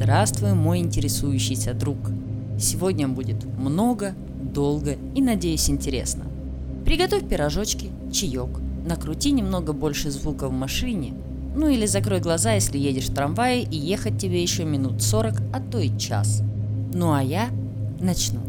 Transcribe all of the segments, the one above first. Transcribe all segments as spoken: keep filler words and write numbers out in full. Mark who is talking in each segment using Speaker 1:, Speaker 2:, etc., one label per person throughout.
Speaker 1: Здравствуй, мой интересующийся друг. Сегодня будет много, долго и, надеюсь, интересно. Приготовь пирожочки, чаек, накрути немного больше звука в машине, ну или закрой глаза, если едешь в трамвае, и ехать тебе еще минут сорок, а то и час. Ну а я начну.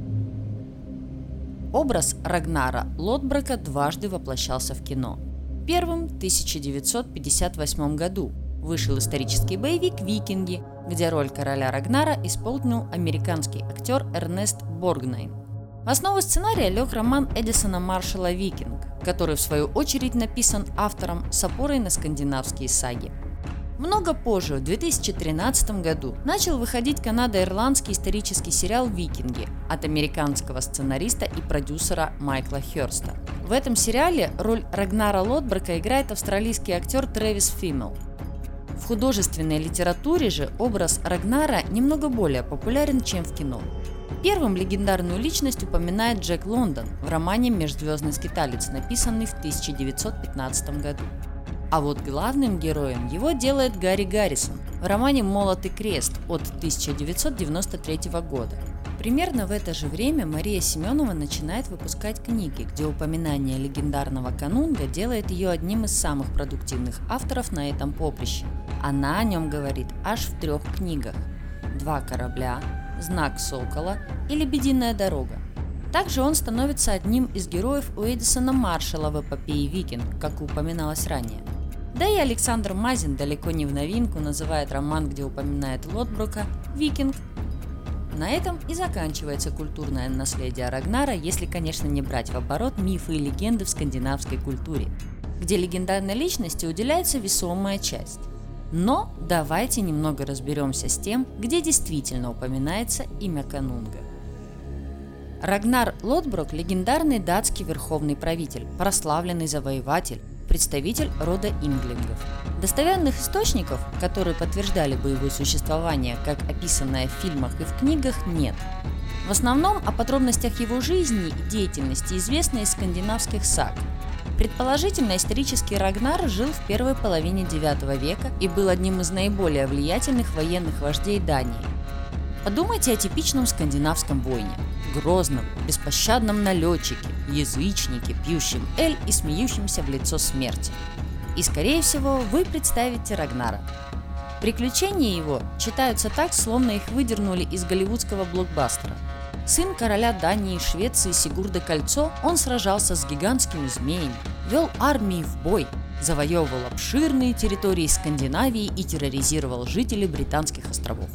Speaker 1: Образ Рагнара Лодброка дважды воплощался в кино. Первым в тысяча девятьсот пятьдесят восьмом году вышел исторический боевик «Викинги», где роль короля Рагнара исполнил американский актер Эрнест Боргнайн. В основу сценария лег роман Эдисона Маршалла «Викинг», который в свою очередь написан автором с опорой на скандинавские саги. Много позже, в две тысячи тринадцатом году, начал выходить канадо-ирландский исторический сериал «Викинги» от американского сценариста и продюсера Майкла Хёрста. В этом сериале роль Рагнара Лодброка играет австралийский актер Трэвис Фиммел. В художественной литературе же образ Рагнара немного более популярен, чем в кино. Первым легендарную личность упоминает Джек Лондон в романе «Межзвездный скиталец», написанный в тысяча девятьсот пятнадцатом году. А вот главным героем его делает Гарри Гаррисон в романе «Молот и крест» от тысяча девятьсот девяносто третьего года. Примерно в это же время Мария Семенова начинает выпускать книги, где упоминание легендарного канунга делает ее одним из самых продуктивных авторов на этом поприще. Она о нем говорит аж в трех книгах: «Два корабля», «Знак сокола» и «Лебединая дорога». Также он становится одним из героев у Эдисона Маршалла в эпопее «Викинг», как упоминалось ранее. Да и Александр Мазин далеко не в новинку называет роман, где упоминает Лодброка, «Викинг». На этом и заканчивается культурное наследие Рагнара, если, конечно, не брать в оборот мифы и легенды в скандинавской культуре, где легендарной личности уделяется весомая часть. Но давайте немного разберемся с тем, где действительно упоминается имя канунга. Рагнар Лодброк – легендарный датский верховный правитель, прославленный завоеватель, представитель рода инглингов. Достоверных источников, которые подтверждали бы его существование, как описанное в фильмах и в книгах, нет. В основном о подробностях его жизни и деятельности известно из скандинавских саг. Предположительно, исторический Рагнар жил в первой половине девятого века и был одним из наиболее влиятельных военных вождей Дании. Подумайте о типичном скандинавском воине – грозном, беспощадном налетчике, язычнике, пьющем эль и смеющемся в лицо смерти. И, скорее всего, вы представите Рагнара. Приключения его читаются так, словно их выдернули из голливудского блокбастера. Сын короля Дании и Швеции Сигурда Кольцо, он сражался с гигантскими змеями, вел армии в бой, завоевывал обширные территории Скандинавии и терроризировал жителей Британских островов.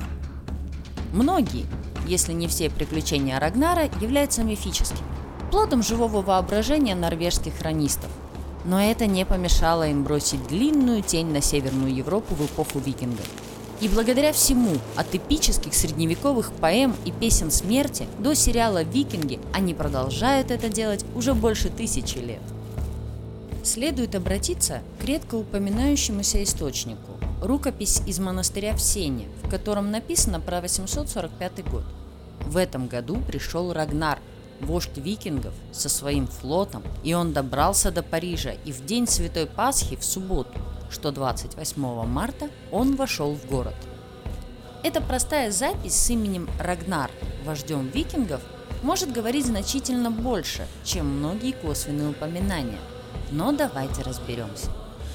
Speaker 1: Многие, если не все приключения Рагнара, являются мифическими, плодом живого воображения норвежских хронистов. Но это не помешало им бросить длинную тень на Северную Европу в эпоху викингов. И благодаря всему, от эпических средневековых поэм и песен смерти до сериала «Викинги», они продолжают это делать уже больше тысячи лет. Следует обратиться к редко упоминающемуся источнику – рукопись из монастыря в Сене, в котором написано про восемьсот сорок пятый год. В этом году пришел Рагнар, вождь викингов, со своим флотом, и он добрался до Парижа, и в день Святой Пасхи, в субботу, что двадцать восьмого марта, он вошел в город. Эта простая запись с именем Рагнар, вождем викингов, может говорить значительно больше, чем многие косвенные упоминания. Но давайте разберемся.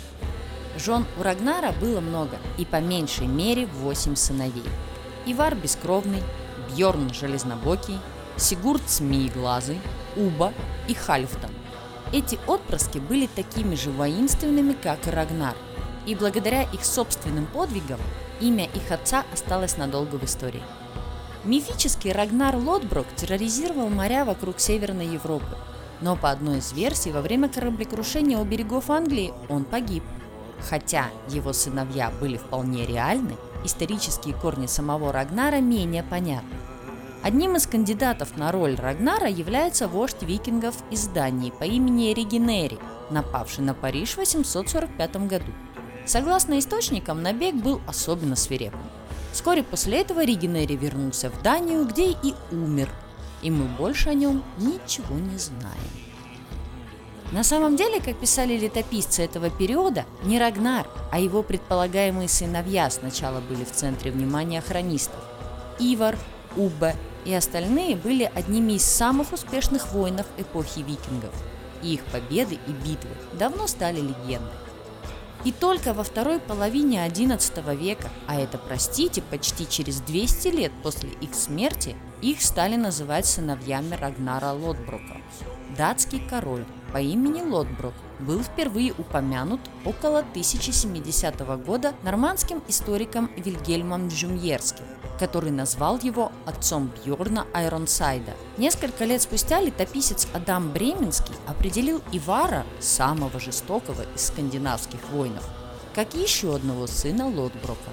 Speaker 1: Жен у Рагнара было много, и по меньшей мере восемь сыновей. Ивар Бескровный, Бьорн Железнобокий, Сигурд Змееглазый, Уба и Хальфдан. Эти отпрыски были такими же воинственными, как и Рагнар, и благодаря их собственным подвигам имя их отца осталось надолго в истории. Мифический Рагнар Лодброк терроризировал моря вокруг Северной Европы, но по одной из версий во время кораблекрушения у берегов Англии он погиб. Хотя его сыновья были вполне реальны, исторические корни самого Рагнара менее понятны. Одним из кандидатов на роль Рагнара является вождь викингов из Дании по имени Регинери, напавший на Париж в восемьсот сорок пятом году. Согласно источникам, набег был особенно свирепым. Вскоре после этого Регинери вернулся в Данию, где и умер, и мы больше о нем ничего не знаем. На самом деле, как писали летописцы этого периода, не Рагнар, а его предполагаемые сыновья сначала были в центре внимания хронистов. Ивар, Уббе и остальные были одними из самых успешных воинов эпохи викингов, и их победы и битвы давно стали легендой. И только во второй половине одиннадцатого века, а это, простите, почти через двести лет после их смерти, их стали называть сыновьями Рагнара Лодброка. Датский король по имени Лодброк был впервые упомянут около тысяча семидесятого года нормандским историком Вильгельмом Джумьерским, который назвал его отцом Бьорна Айронсайда. Несколько лет спустя летописец Адам Бременский определил Ивара, самого жестокого из скандинавских воинов, как еще одного сына Лодброка.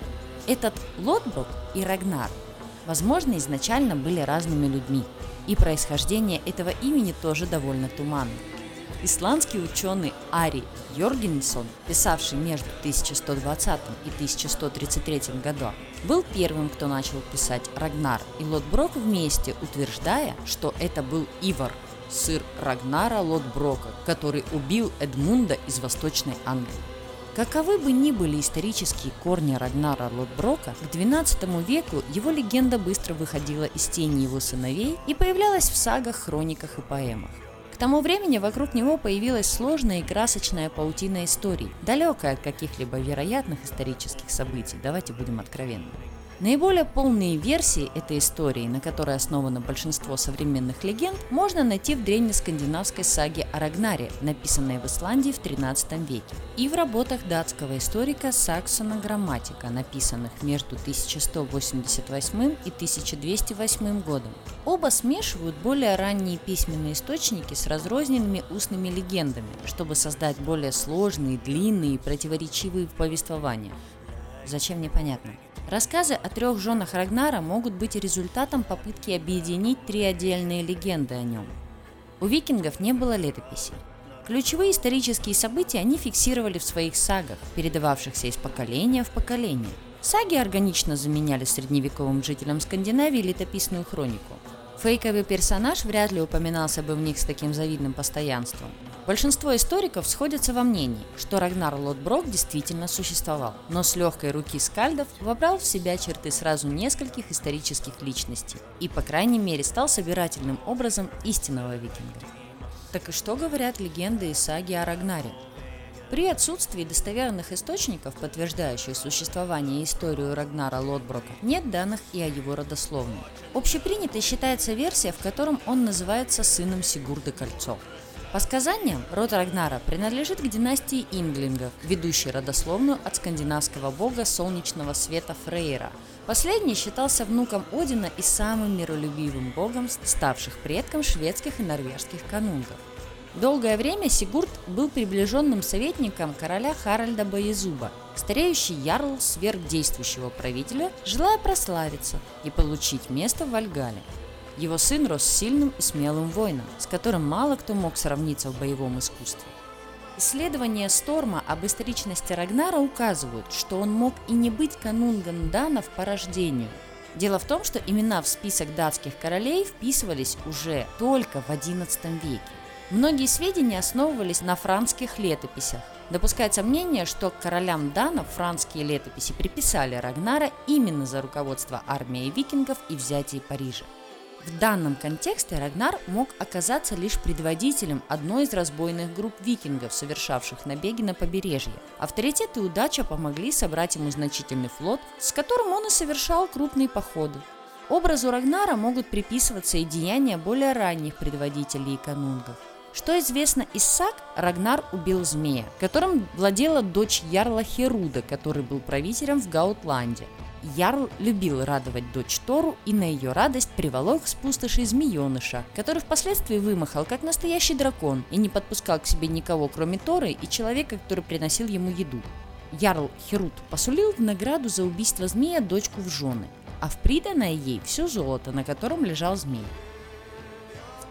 Speaker 1: Этот Лодброк и Рагнар, возможно, изначально были разными людьми, и происхождение этого имени тоже довольно туманно. Исландский ученый Ари Йоргенссон, писавший между тысяча сто двадцатым и тысяча сто тридцать третьим годом, был первым, кто начал писать Рагнар и Лодброк вместе, утверждая, что это был Ивар, сын Рагнара Лодброка, который убил Эдмунда из Восточной Англии. Каковы бы ни были исторические корни Рагнара Лодброка, к двенадцатому веку его легенда быстро выходила из тени его сыновей и появлялась в сагах, хрониках и поэмах. К тому времени вокруг него появилась сложная и красочная паутина историй, далекая от каких-либо вероятных исторических событий, давайте будем откровенны. Наиболее полные версии этой истории, на которой основано большинство современных легенд, можно найти в древнескандинавской саге о Рагнаре, написанной в Исландии в тринадцатом веке, и в работах датского историка Саксона Грамматика, написанных между тысяча сто восемьдесят восьмым и тысяча двести восьмым годом. Оба смешивают более ранние письменные источники с разрозненными устными легендами, чтобы создать более сложные, длинные и противоречивые повествования. Зачем, непонятно. Рассказы о трех женах Рагнара могут быть результатом попытки объединить три отдельные легенды о нем. У викингов не было летописей. Ключевые исторические события они фиксировали в своих сагах, передававшихся из поколения в поколение. Саги органично заменяли средневековым жителям Скандинавии летописную хронику. Фейковый персонаж вряд ли упоминался бы в них с таким завидным постоянством. Большинство историков сходятся во мнении, что Рагнар Лодброк действительно существовал, но с легкой руки скальдов вобрал в себя черты сразу нескольких исторических личностей и, по крайней мере, стал собирательным образом истинного викинга. Так и что говорят легенды и саги о Рагнаре? При отсутствии достоверных источников, подтверждающих существование и историю Рагнара Лодброка, нет данных и о его родословной. Общепринятой считается версия, в котором он называется сыном Сигурда Кольцов. По сказаниям, род Рагнара принадлежит к династии Инглингов, ведущей родословную от скандинавского бога солнечного света Фрейра. Последний считался внуком Одина и самым миролюбивым богом, ставших предком шведских и норвежских канунгов. Долгое время Сигурд был приближенным советником короля Харальда Боезуба. Стареющий ярл сверг действующего правителя, желая прославиться и получить место в Вальгалле. Его сын рос сильным и смелым воином, с которым мало кто мог сравниться в боевом искусстве. Исследования Сторма об историчности Рагнара указывают, что он мог и не быть канунгом данов по рождению. Дело в том, что имена в список датских королей вписывались уже только в одиннадцатом веке. Многие сведения основывались на франкских летописях. Допускается мнение, что к королям данов франкские летописи приписали Рагнара именно за руководство армией викингов и взятие Парижа. В данном контексте Рагнар мог оказаться лишь предводителем одной из разбойных групп викингов, совершавших набеги на побережье. Авторитет и удача помогли собрать ему значительный флот, с которым он и совершал крупные походы. Образу Рагнара могут приписываться и деяния более ранних предводителей и канунгов. Что известно из саг, Рагнар убил змея, которым владела дочь ярла Херуда, который был правителем в Гаутланде. Ярл любил радовать дочь Тору и на ее радость приволок с пустоши змееныша, который впоследствии вымахал как настоящий дракон и не подпускал к себе никого, кроме Торы и человека, который приносил ему еду. Ярл Херуд посулил в награду за убийство змея дочку в жены, а в приданое ей все золото, на котором лежал змей. В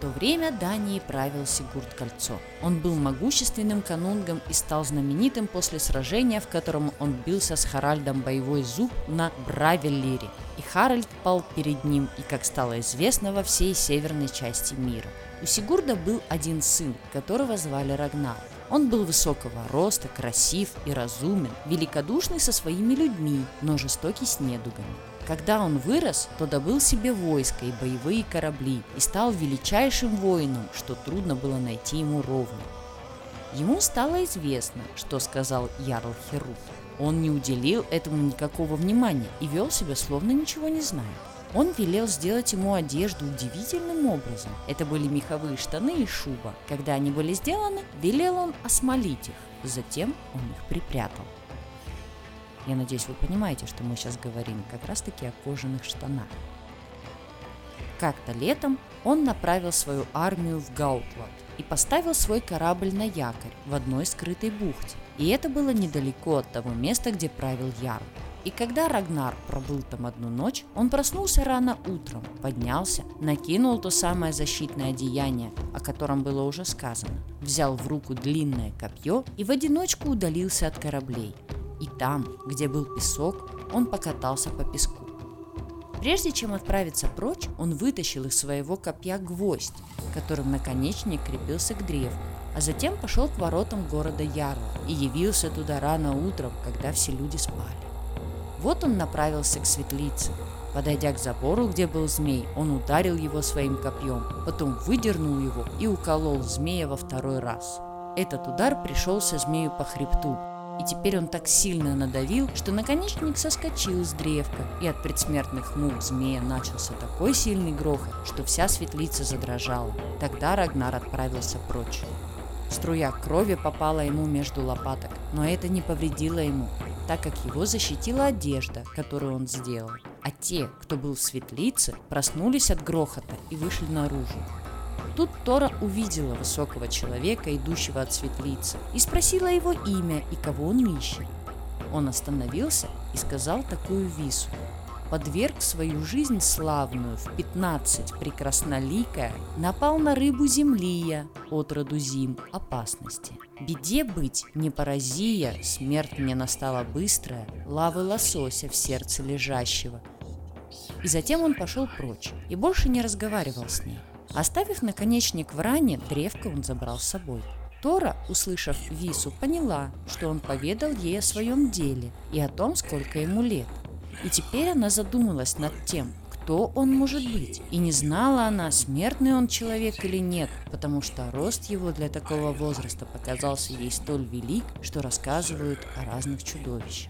Speaker 1: то время Данией правил Сигурд Кольцо. Он был могущественным канунгом и стал знаменитым после сражения, в котором он бился с Харальдом Боевой Зуб на Бравеллире. И Харальд пал перед ним, и, как стало известно, во всей северной части мира. У Сигурда был один сын, которого звали Рагнар. Он был высокого роста, красив и разумен, великодушный со своими людьми, но жестокий с недугами. Когда он вырос, то добыл себе войско и боевые корабли и стал величайшим воином, что трудно было найти ему ровня. Ему стало известно, что сказал ярл Херуф. Он не уделил этому никакого внимания и вел себя, словно ничего не знает. Он велел сделать ему одежду удивительным образом. Это были меховые штаны и шуба. Когда они были сделаны, велел он осмолить их, затем он их припрятал. Я надеюсь, вы понимаете, что мы сейчас говорим как раз-таки о кожаных штанах. Как-то летом он направил свою армию в Гаутланд и поставил свой корабль на якорь в одной скрытой бухте. И это было недалеко от того места, где правил ярл. И когда Рагнар пробыл там одну ночь, он проснулся рано утром, поднялся, накинул то самое защитное одеяние, о котором было уже сказано, взял в руку длинное копье и в одиночку удалился от кораблей. И там, где был песок, он покатался по песку. Прежде чем отправиться прочь, он вытащил из своего копья гвоздь, которым наконечник крепился к древу, а затем пошел к воротам города Ярла и явился туда рано утром, когда все люди спали. Вот он направился к светлице. Подойдя к забору, где был змей, он ударил его своим копьем, потом выдернул его и уколол змея во второй раз. Этот удар пришелся змею по хребту, и теперь он так сильно надавил, что наконечник соскочил с древка, и от предсмертных мук змея начался такой сильный грохот, что вся светлица задрожала. Тогда Рагнар отправился прочь. Струя крови попала ему между лопаток, но это не повредило ему, так как его защитила одежда, которую он сделал. А те, кто был в светлице, проснулись от грохота и вышли наружу. Тут Тора увидела высокого человека, идущего от светлицы, и спросила его имя и кого он ищет. Он остановился и сказал такую вису: подверг свою жизнь славную в пятнадцать прекрасноликая, напал на рыбу землия, отроду зим, опасности. Беде быть не поразия, смерть мне настала быстрая, лавы лосося в сердце лежащего. И затем он пошел прочь и больше не разговаривал с ней. Оставив наконечник в ране, древко он забрал с собой. Тора, услышав вису, поняла, что он поведал ей о своем деле и о том, сколько ему лет. И теперь она задумалась над тем, кто он может быть. И не знала она, смертный он человек или нет, потому что рост его для такого возраста показался ей столь велик, что рассказывают о разных чудовищах.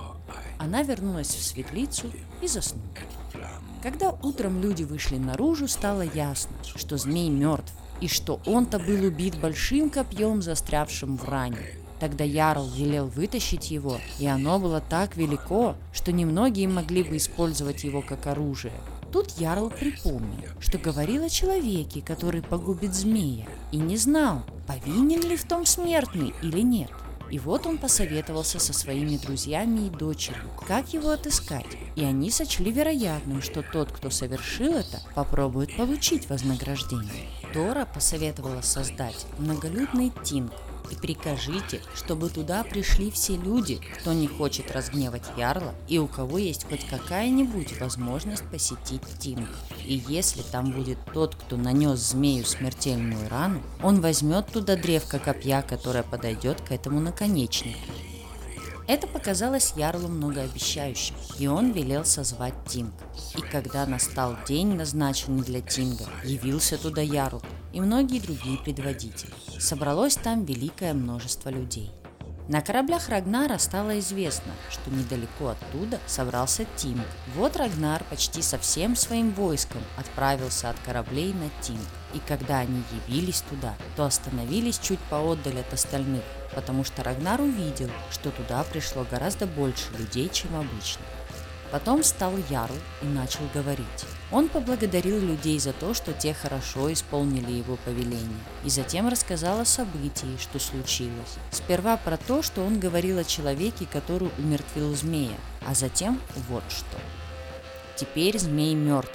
Speaker 1: Она вернулась в светлицу и заснула. Когда утром люди вышли наружу, стало ясно, что змей мертв, и что он-то был убит большим копьем, застрявшим в ране. Тогда ярл велел вытащить его, и оно было так велико, что немногие могли бы использовать его как оружие. Тут ярл припомнил, что говорил о человеке, который погубит змея, и не знал, повинен ли в том смертный или нет. И вот он посоветовался со своими друзьями и дочерью, как его отыскать, и они сочли вероятным, что тот, кто совершил это, попробует получить вознаграждение. Тора посоветовала создать многолюдный тинг, и прикажите, чтобы туда пришли все люди, кто не хочет разгневать ярла и у кого есть хоть какая-нибудь возможность посетить тинг. И если там будет тот, кто нанес змею смертельную рану, он возьмет туда древко копья, которое подойдет к этому наконечнику. Это показалось ярлу многообещающим, и он велел созвать тинг. И когда настал день, назначенный для тинга, явился туда ярл и многие другие предводители. Собралось там великое множество людей. На кораблях Рагнара стало известно, что недалеко оттуда собрался тинг. Вот Рагнар почти со всем своим войском отправился от кораблей на тинг. И когда они явились туда, то остановились чуть поотдаль от остальных, потому что Рагнар увидел, что туда пришло гораздо больше людей, чем обычно. Потом встал ярл и начал говорить. Он поблагодарил людей за то, что те хорошо исполнили его повеление, и затем рассказал о событии, что случилось. Сперва про то, что он говорил о человеке, который умертвил змея, а затем вот что. Теперь змей мертв,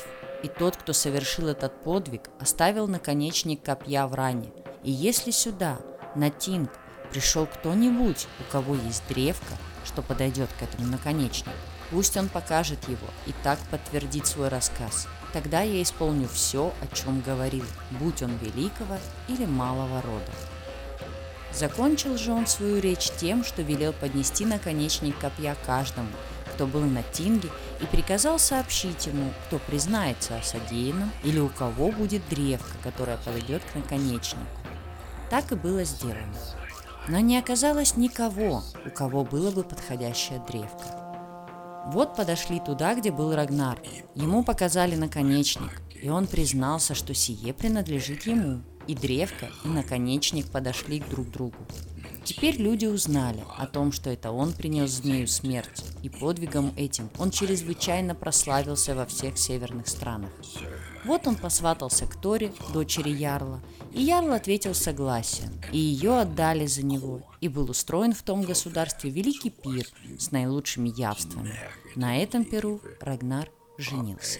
Speaker 1: И тот, кто совершил этот подвиг, оставил наконечник копья в ране. И если сюда, на Тинг, пришел кто-нибудь, у кого есть древко, что подойдет к этому наконечнику, пусть он покажет его и так подтвердит свой рассказ. Тогда я исполню все, о чем говорил, будь он великого или малого рода. Закончил же он свою речь тем, что велел поднести наконечник копья каждому, кто был на Тинге, и приказал сообщить ему, кто признается о содеянном или у кого будет древко, которое подойдет к наконечнику. Так и было сделано. Но не оказалось никого, у кого было бы подходящее древко. Вот подошли туда, где был Рагнар. Ему показали наконечник, и он признался, что сие принадлежит ему. И древко, и наконечник подошли друг к другу. Теперь люди узнали о том, что это он принес змею смерть, и подвигом этим он чрезвычайно прославился во всех северных странах. Вот он посватался к Торе, дочери Ярла, и Ярл ответил согласием, и ее отдали за него, и был устроен в том государстве великий пир с наилучшими явствами. На этом пиру Рагнар женился.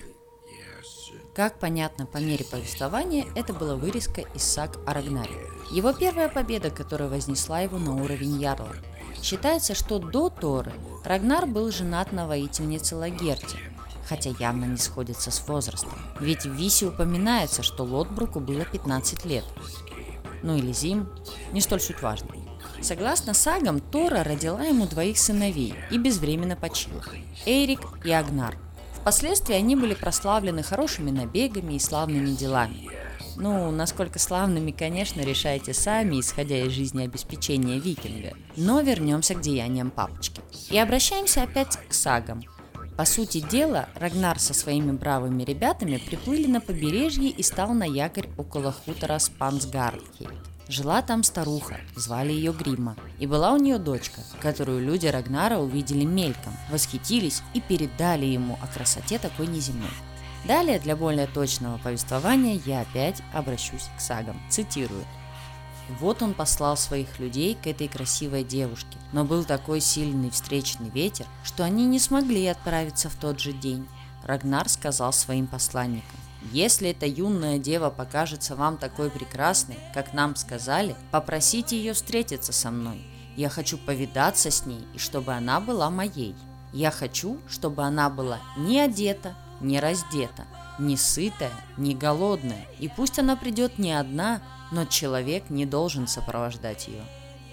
Speaker 1: Как понятно по мере повествования, это была вырезка из саг о Рагнаре. Его первая победа, которая вознесла его на уровень ярла. Считается, что до Торы Рагнар был женат на воительнице Лагерте, хотя явно не сходится с возрастом. Ведь в Висе упоминается, что Лотбруку было пятнадцать лет. Ну или Зим, не столь суть важно. Согласно сагам, Тора родила ему двоих сыновей и безвременно почила – Эйрик и Агнар. Впоследствии они были прославлены хорошими набегами и славными делами. Ну, насколько славными, конечно, решайте сами, исходя из жизнеобеспечения викинга. Но вернемся к деяниям папочки. И обращаемся опять к сагам. По сути дела, Рагнар со своими бравыми ребятами приплыли на побережье и стал на якорь около хутора Спансгардхейт. Жила там старуха, звали ее Гримма, и была у нее дочка, которую люди Рагнара увидели мельком, восхитились и передали ему о красоте такой неземной. Далее, для более точного повествования, я опять обращусь к сагам. Цитирую. «Вот он послал своих людей к этой красивой девушке, но был такой сильный встречный ветер, что они не смогли отправиться в тот же день. Рагнар сказал своим посланникам: если эта юная дева покажется вам такой прекрасной, как нам сказали, попросите ее встретиться со мной. Я хочу повидаться с ней, и чтобы она была моей. Я хочу, чтобы она была не одета, не раздета, не сытая, не голодная, и пусть она придет не одна, но человек не должен сопровождать ее».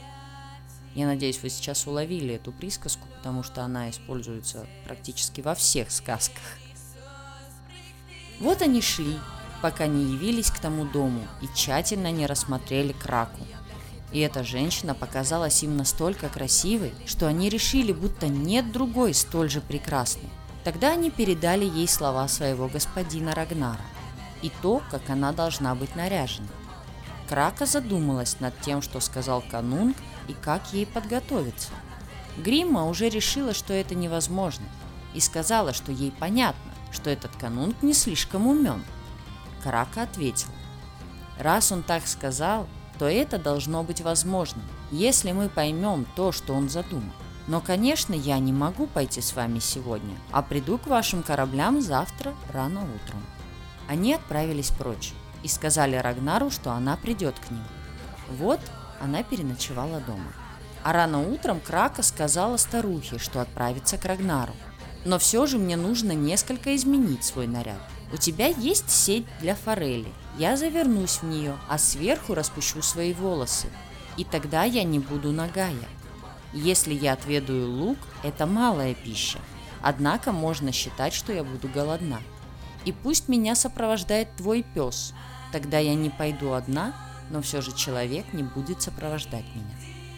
Speaker 1: Я надеюсь, вы сейчас уловили эту присказку, потому что она используется практически во всех сказках. Вот они шли, пока не явились к тому дому и тщательно не рассмотрели Краку. И эта женщина показалась им настолько красивой, что они решили, будто нет другой столь же прекрасной. Тогда они передали ей слова своего господина Рагнара и то, как она должна быть наряжена. Крака задумалась над тем, что сказал Канунг и как ей подготовиться. Гримма уже решила, что это невозможно, и сказала, что ей понятно, что этот Канунг не слишком умен. Крака ответила: раз он так сказал, то это должно быть возможно, если мы поймем то, что он задумал. Но, конечно, я не могу пойти с вами сегодня, а приду к вашим кораблям завтра рано утром. Они отправились прочь и сказали Рагнару, что она придет к ним. Вот она переночевала дома. А рано утром Крака сказала старухе, что отправится к Рагнару. Но все же мне нужно несколько изменить свой наряд. У тебя есть сеть для форели. Я завернусь в нее, а сверху распущу свои волосы. И тогда я не буду нагая. Если я отведаю лук, это малая пища. Однако можно считать, что я буду голодна. И пусть меня сопровождает твой пес. Тогда я не пойду одна, но все же человек не будет сопровождать меня.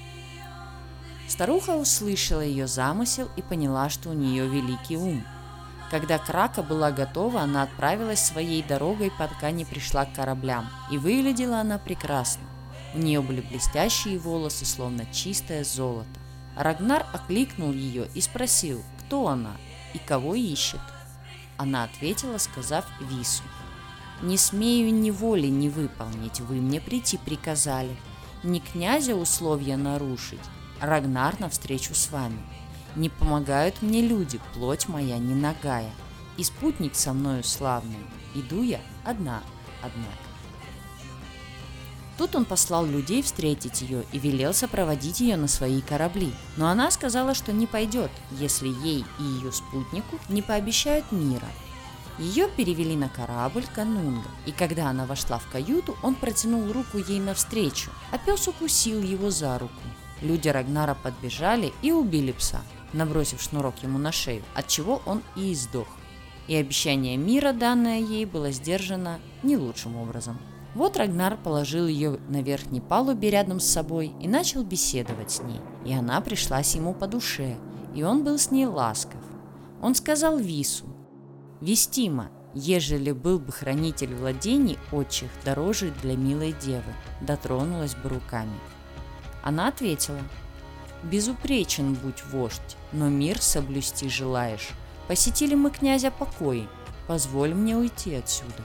Speaker 1: Старуха услышала ее замысел и поняла, что у нее великий ум. Когда Крака была готова, она отправилась своей дорогой, пока не пришла к кораблям, и выглядела она прекрасно. У нее были блестящие волосы, словно чистое золото. Рагнар окликнул ее и спросил, кто она и кого ищет. Она ответила, сказав Вису: «Не смею ни воли не выполнить, вы мне прийти приказали, ни князя условия нарушить, Рагнар навстречу с вами. Не помогают мне люди, плоть моя не нагая. и спутник со мною славный, иду я одна, однако. Тут он послал людей встретить ее и велел сопроводить ее на свои корабли. Но она сказала, что не пойдет, если ей и ее спутнику не пообещают мира. Ее перевели на корабль Канунга, и когда она вошла в каюту, он протянул руку ей навстречу, а пес укусил его за руку. Люди Рагнара подбежали и убили пса, набросив шнурок ему на шею, отчего он и издох. И обещание мира, данное ей, было сдержано не лучшим образом. Вот Рагнар положил ее на верхней палубе рядом с собой и начал беседовать с ней, и она пришлась ему по душе, и он был с ней ласков. Он сказал Вису: «Вестима, ежели был бы хранитель владений отчих дороже для милой девы, дотронулась бы руками». Она ответила: «Безупречен будь вождь, но мир соблюсти желаешь. Посетили мы князя покои, позволь мне уйти отсюда».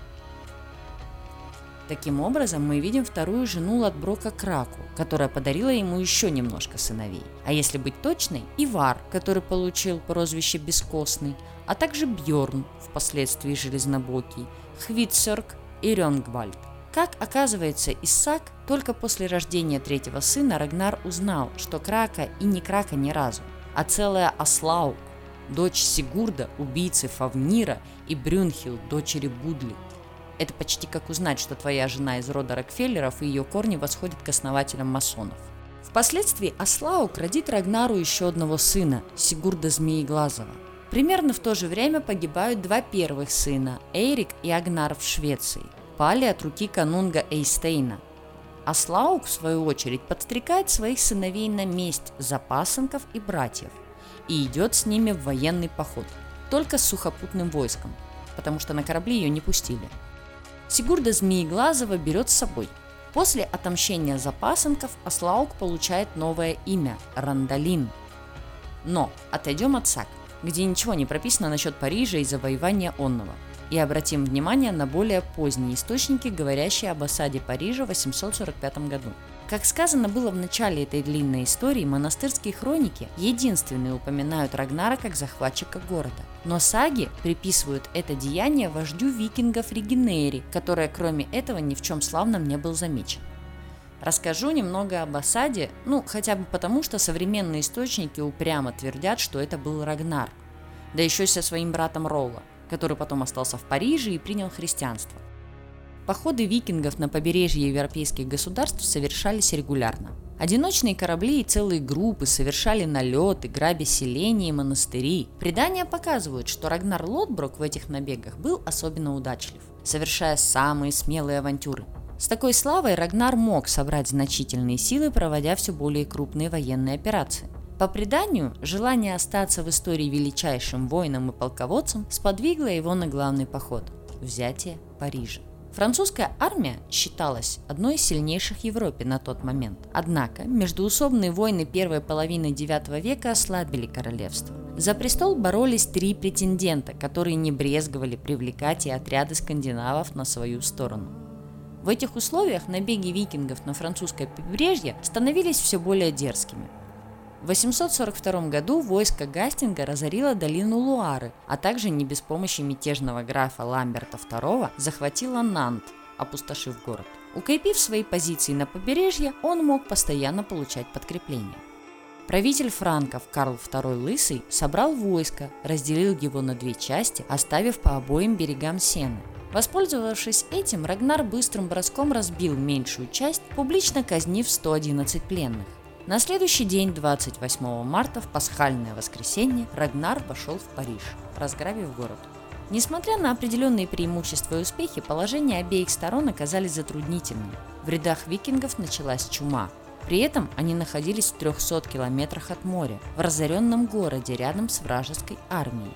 Speaker 1: Таким образом, мы видим вторую жену Лодброка Краку, которая подарила ему еще немножко сыновей. А если быть точной, Ивар, который получил прозвище Бескостный, а также Бьорн, впоследствии Железнобокий, Хвитсерк и Рёнгвальд. Как оказывается, Исаак только после рождения третьего сына Рагнар узнал, что Крака и не Крака ни разу, а целая Аслаук, дочь Сигурда, убийцы Фавнира, и Брюнхилд, дочери Будли. Это почти как узнать, что твоя жена из рода Рокфеллеров и ее корни восходят к основателям масонов. Впоследствии Аслаук родит Рагнару еще одного сына, Сигурда Змееглазого. Примерно в то же время погибают два первых сына, Эйрик и Агнар в Швеции, пали от руки канунга Эйстейна. Аслаук, в свою очередь, подстрекает своих сыновей на месть за пасынков и братьев и идет с ними в военный поход, только с сухопутным войском, потому что на корабли ее не пустили. Сигурда Змееглазого берет с собой. После отомщения за пасынков Аслаук получает новое имя – Рандалин. Но отойдем от саг, где ничего не прописано насчет Парижа и завоевания онного, и обратим внимание на более поздние источники, говорящие об осаде Парижа в восемьсот сорок пятом году. Как сказано было в начале этой длинной истории, монастырские хроники единственные упоминают Рагнара как захватчика города. Но саги приписывают это деяние вождю викингов Регинейри, который кроме этого ни в чем славном не был замечен. Расскажу немного об осаде, ну хотя бы потому, что современные источники упрямо твердят, что это был Рагнар, да еще и со своим братом Ролла, который потом остался в Париже и принял христианство. Походы викингов на побережье европейских государств совершались регулярно. Одиночные корабли и целые группы совершали налеты, грабя селения и монастыри. Предания показывают, что Рагнар Лодброк в этих набегах был особенно удачлив, совершая самые смелые авантюры. С такой славой Рагнар мог собрать значительные силы, проводя все более крупные военные операции. По преданию, желание остаться в истории величайшим воином и полководцем сподвигло его на главный поход – взятие Парижа. Французская армия считалась одной из сильнейших в Европе на тот момент. Однако междоусобные войны первой половины девятого века ослабили королевство. За престол боролись три претендента, которые не брезговали привлекать и отряды скандинавов на свою сторону. В этих условиях набеги викингов на французское побережье становились все более дерзкими. В восемьсот сорок втором году войско Гастинга разорило долину Луары, а также не без помощи мятежного графа Ламберта второго захватило Нант, опустошив город. Укрепив свои позиции на побережье, он мог постоянно получать подкрепления. Правитель франков Карл второй Лысый собрал войско, разделил его на две части, оставив по обоим берегам Сены. Воспользовавшись этим, Рагнар быстрым броском разбил меньшую часть, публично казнив сто одиннадцать пленных. На следующий день, двадцать восьмого марта, в пасхальное воскресенье, Рагнар вошел в Париж, разграбив город. Несмотря на определенные преимущества и успехи, положение обеих сторон оказались затруднительными. В рядах викингов началась чума. При этом они находились в трехстах километрах от моря, в разоренном городе рядом с вражеской армией.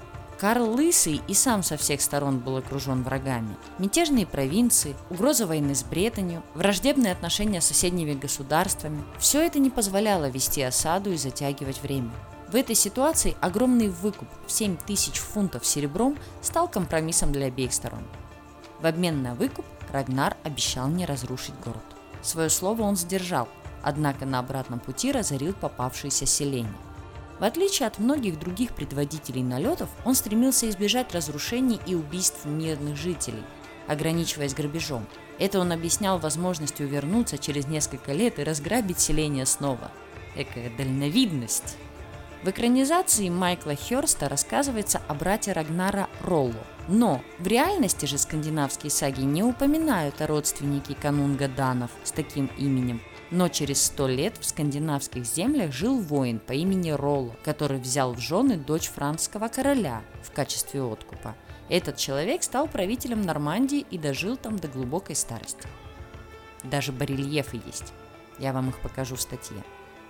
Speaker 1: Карл Лысый и сам со всех сторон был окружен врагами. Мятежные провинции, угроза войны с Бретонью, враждебные отношения с соседними государствами – все это не позволяло вести осаду и затягивать время. В этой ситуации огромный выкуп в семь тысяч фунтов серебром стал компромиссом для обеих сторон. В обмен на выкуп Рагнар обещал не разрушить город. Свое слово он сдержал, однако на обратном пути разорил попавшиеся селения. В отличие от многих других предводителей налетов, он стремился избежать разрушений и убийств мирных жителей, ограничиваясь грабежом. Это он объяснял возможностью вернуться через несколько лет и разграбить селение снова. Экая дальновидность! В экранизации Майкла Хёрста рассказывается о брате Рагнара Ролло. Но в реальности же скандинавские саги не упоминают о родственнике канунга данов с таким именем. Но через сто лет в скандинавских землях жил воин по имени Ролло, который взял в жены дочь франкского короля в качестве откупа. Этот человек стал правителем Нормандии и дожил там до глубокой старости. Даже барельефы есть. Я вам их покажу в статье.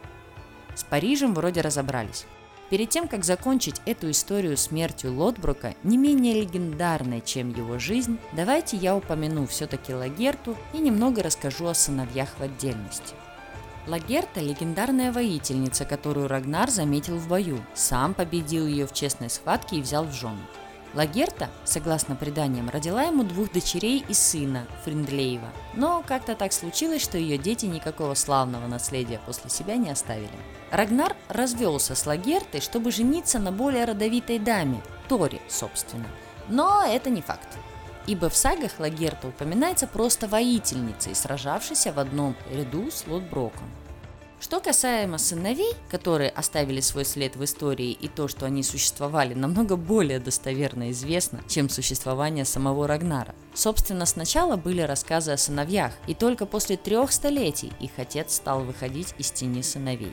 Speaker 1: С Парижем вроде разобрались. Перед тем, как закончить эту историю смертью Лодброка, не менее легендарной, чем его жизнь, давайте я упомяну все-таки Лагерту и немного расскажу о сыновьях в отдельности. Лагерта – легендарная воительница, которую Рагнар заметил в бою, сам победил ее в честной схватке и взял в жены. Лагерта, согласно преданиям, родила ему двух дочерей и сына, Фриндлейва, но как-то так случилось, что ее дети никакого славного наследия после себя не оставили. Рагнар развелся с Лагертой, чтобы жениться на более родовитой даме, Торе, собственно, но это не факт, ибо в сагах Лагерта упоминается просто воительницей, сражавшейся в одном ряду с Лодброком. Что касаемо сыновей, которые оставили свой след в истории, и то, что они существовали, намного более достоверно известно, чем существование самого Рагнара. Собственно, сначала были рассказы о сыновьях, и только после трех столетий их отец стал выходить из тени сыновей.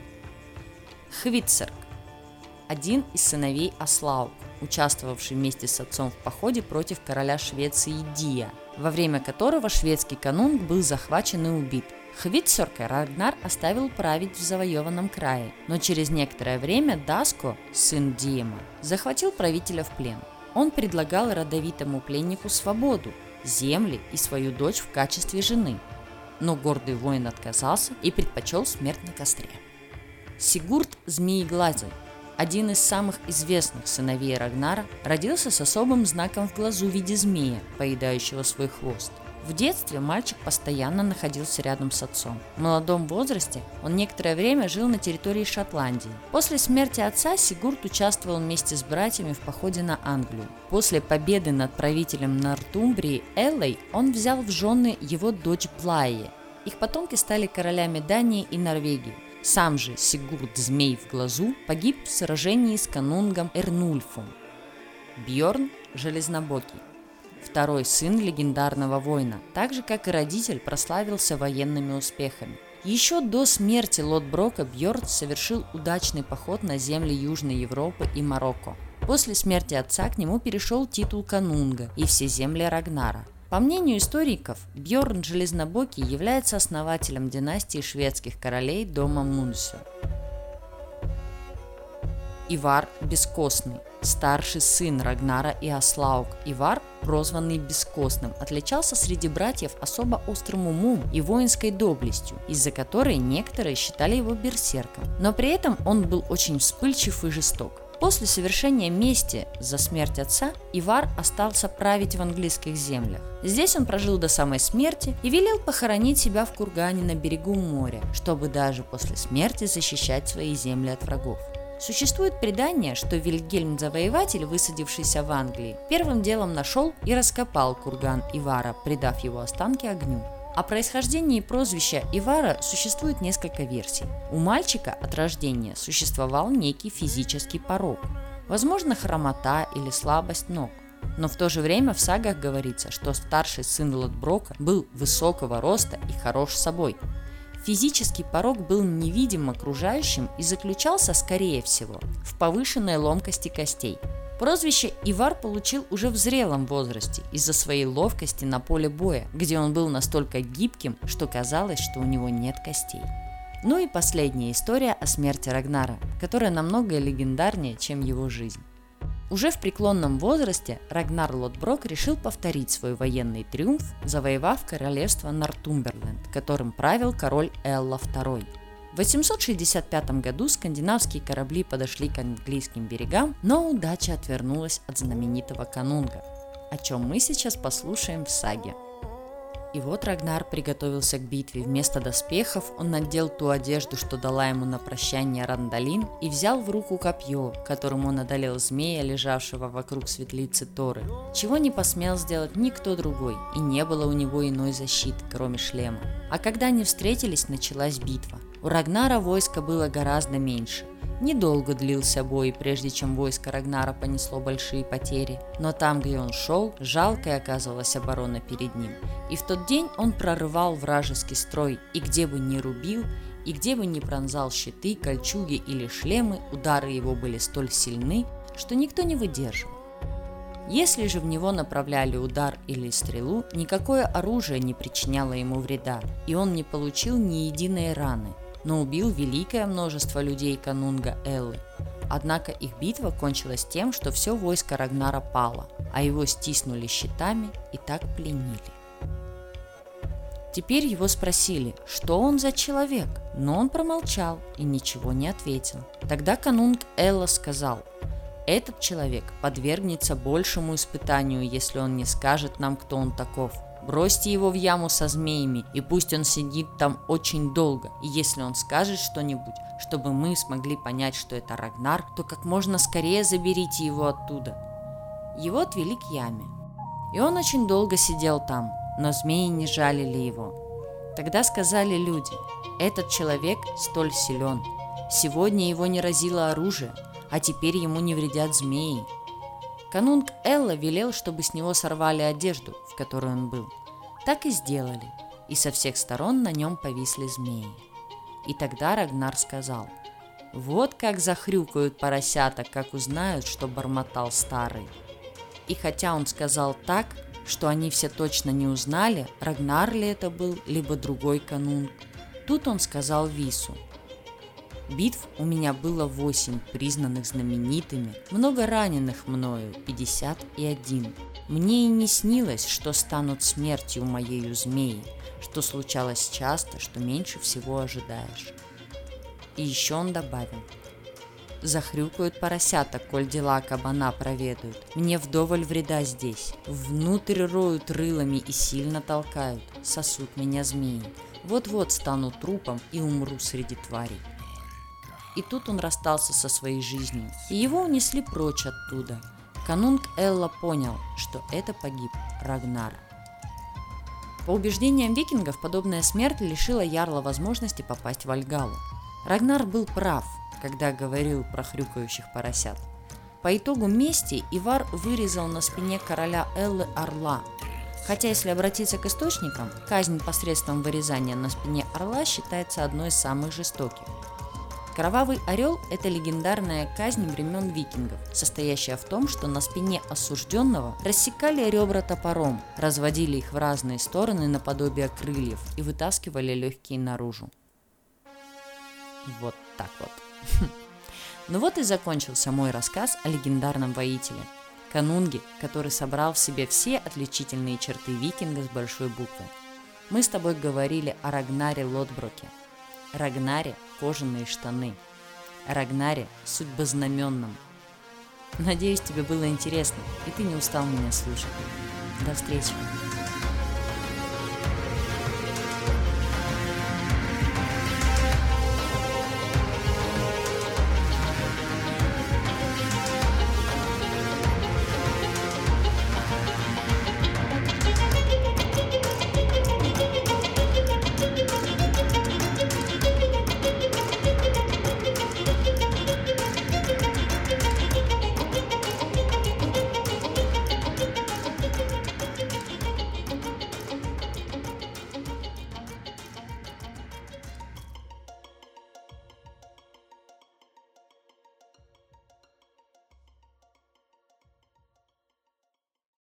Speaker 1: Хвитцерк – один из сыновей Аслаук, участвовавший вместе с отцом в походе против короля Швеции Дия, во время которого шведский канунг был захвачен и убит. Хвитцерка Рагнар оставил править в завоеванном крае, но через некоторое время Даско, сын Диема, захватил правителя в плен. Он предлагал родовитому пленнику свободу, земли и свою дочь в качестве жены, но гордый воин отказался и предпочел смерть на костре. Сигурд Змееглазый, один из самых известных сыновей Рагнара, родился с особым знаком в глазу в виде змея, поедающего свой хвост. В детстве мальчик постоянно находился рядом с отцом. В молодом возрасте он некоторое время жил на территории Шотландии. После смерти отца Сигурд участвовал вместе с братьями в походе на Англию. После победы над правителем Нортумбрии Эллой он взял в жены его дочь Блайе. Их потомки стали королями Дании и Норвегии. Сам же Сигурд Змей в глазу погиб в сражении с канунгом Эрнульфом. Бьорн Железнобокий. Второй сын легендарного воина, так же как и родитель, прославился военными успехами. Еще до смерти Лодброка Бьорн совершил удачный поход на земли Южной Европы и Марокко. После смерти отца к нему перешел титул канунга и все земли Рагнара. По мнению историков, Бьорн Железнобокий является основателем династии шведских королей дома Мунсё. Ивар Бескостный, старший сын Рагнара и Аслаук. Ивар, прозванный Бескостным, отличался среди братьев особо острым умом и воинской доблестью, из-за которой некоторые считали его берсерком. Но при этом он был очень вспыльчив и жесток. После совершения мести за смерть отца Ивар остался править в английских землях. Здесь он прожил до самой смерти и велел похоронить себя в кургане на берегу моря, чтобы даже после смерти защищать свои земли от врагов. Существует предание, что Вильгельм Завоеватель, высадившийся в Англии, первым делом нашел и раскопал курган Ивара, придав его останки огню. О происхождении прозвища Ивара существует несколько версий. У мальчика от рождения существовал некий физический порок, возможно, хромота или слабость ног. Но в то же время в сагах говорится, что старший сын Лодброка был высокого роста и хорош собой. Физический порок был невидим окружающим и заключался, скорее всего, в повышенной ломкости костей. Прозвище Ивар получил уже в зрелом возрасте из-за своей ловкости на поле боя, где он был настолько гибким, что казалось, что у него нет костей. Ну и последняя история о смерти Рагнара, которая намного легендарнее, чем его жизнь. Уже в преклонном возрасте Рагнар Лодброк решил повторить свой военный триумф, завоевав королевство Нортумберленд, которым правил король Элла второй. В восемьсот шестьдесят пятом году скандинавские корабли подошли к английским берегам, но удача отвернулась от знаменитого канунга, о чем мы сейчас послушаем в саге. И вот Рагнар приготовился к битве. Вместо доспехов он надел ту одежду, что дала ему на прощание Рандалин, и взял в руку копье, которым он одолел змея, лежавшего вокруг светлицы Торы, чего не посмел сделать никто другой, и не было у него иной защиты, кроме шлема. А когда они встретились, началась битва. У Рагнара войска было гораздо меньше. Недолго длился бой, прежде чем войско Рагнара понесло большие потери, но там, где он шел, жалкой оказалась оборона перед ним. И в тот день он прорывал вражеский строй, и где бы ни рубил, и где бы ни пронзал щиты, кольчуги или шлемы, удары его были столь сильны, что никто не выдерживал. Если же в него направляли удар или стрелу, никакое оружие не причиняло ему вреда, и он не получил ни единой раны, но убил великое множество людей канунга Эллы. Однако их битва кончилась тем, что все войско Рагнара пало, а его стиснули щитами и так пленили. Теперь его спросили, что он за человек, но он промолчал и ничего не ответил. Тогда канунг Элла сказал: «Этот человек подвергнется большему испытанию, если он не скажет нам, кто он таков. Бросьте его в яму со змеями, и пусть он сидит там очень долго, и если он скажет что-нибудь, чтобы мы смогли понять, что это Рагнар, то как можно скорее заберите его оттуда». Его отвели к яме, и он очень долго сидел там, но змеи не жалили его. Тогда сказали люди: «Этот человек столь силен, сегодня его не разило оружие, а теперь ему не вредят змеи». Канунг Элла велел, чтобы с него сорвали одежду, в которой он был. Так и сделали, и со всех сторон на нем повисли змеи. И тогда Рагнар сказал: «Вот как захрюкают поросята, как узнают, что бормотал старый». И хотя он сказал так, что они все точно не узнали, Рагнар ли это был, либо другой канунг, тут он сказал Вису: «Битв у меня было восемь, признанных знаменитыми, много раненых мною, пятьдесят и один. Мне и не снилось, что станут смертью моею змеи, что случалось часто, что меньше всего ожидаешь». И еще он добавил: «Захрюкают поросята, коль дела кабана проведают. Мне вдоволь вреда здесь. Внутрь роют рылами и сильно толкают. Сосут меня змеи. Вот-вот стану трупом и умру среди тварей». И тут он расстался со своей жизнью, и его унесли прочь оттуда. Канунг Элла понял, что это погиб Рагнар. По убеждениям викингов, подобная смерть лишила ярла возможности попасть в Вальгаллу. Рагнар был прав, когда говорил про хрюкающих поросят. По итогу мести Ивар вырезал на спине короля Эллы орла. Хотя, если обратиться к источникам, казнь посредством вырезания на спине орла считается одной из самых жестоких. Кровавый орел – это легендарная казнь времен викингов, состоящая в том, что на спине осужденного рассекали ребра топором, разводили их в разные стороны наподобие крыльев и вытаскивали легкие наружу. Вот так вот. Ну вот и закончился мой рассказ о легендарном воителе – канунге, который собрал в себе все отличительные черты викинга с большой буквы. Мы с тобой говорили о Рагнаре Лодброке, Рагнаре кожаные штаны, Рагнаре судьбознаменном. Надеюсь, тебе было интересно, и ты не устал меня слушать. До встречи!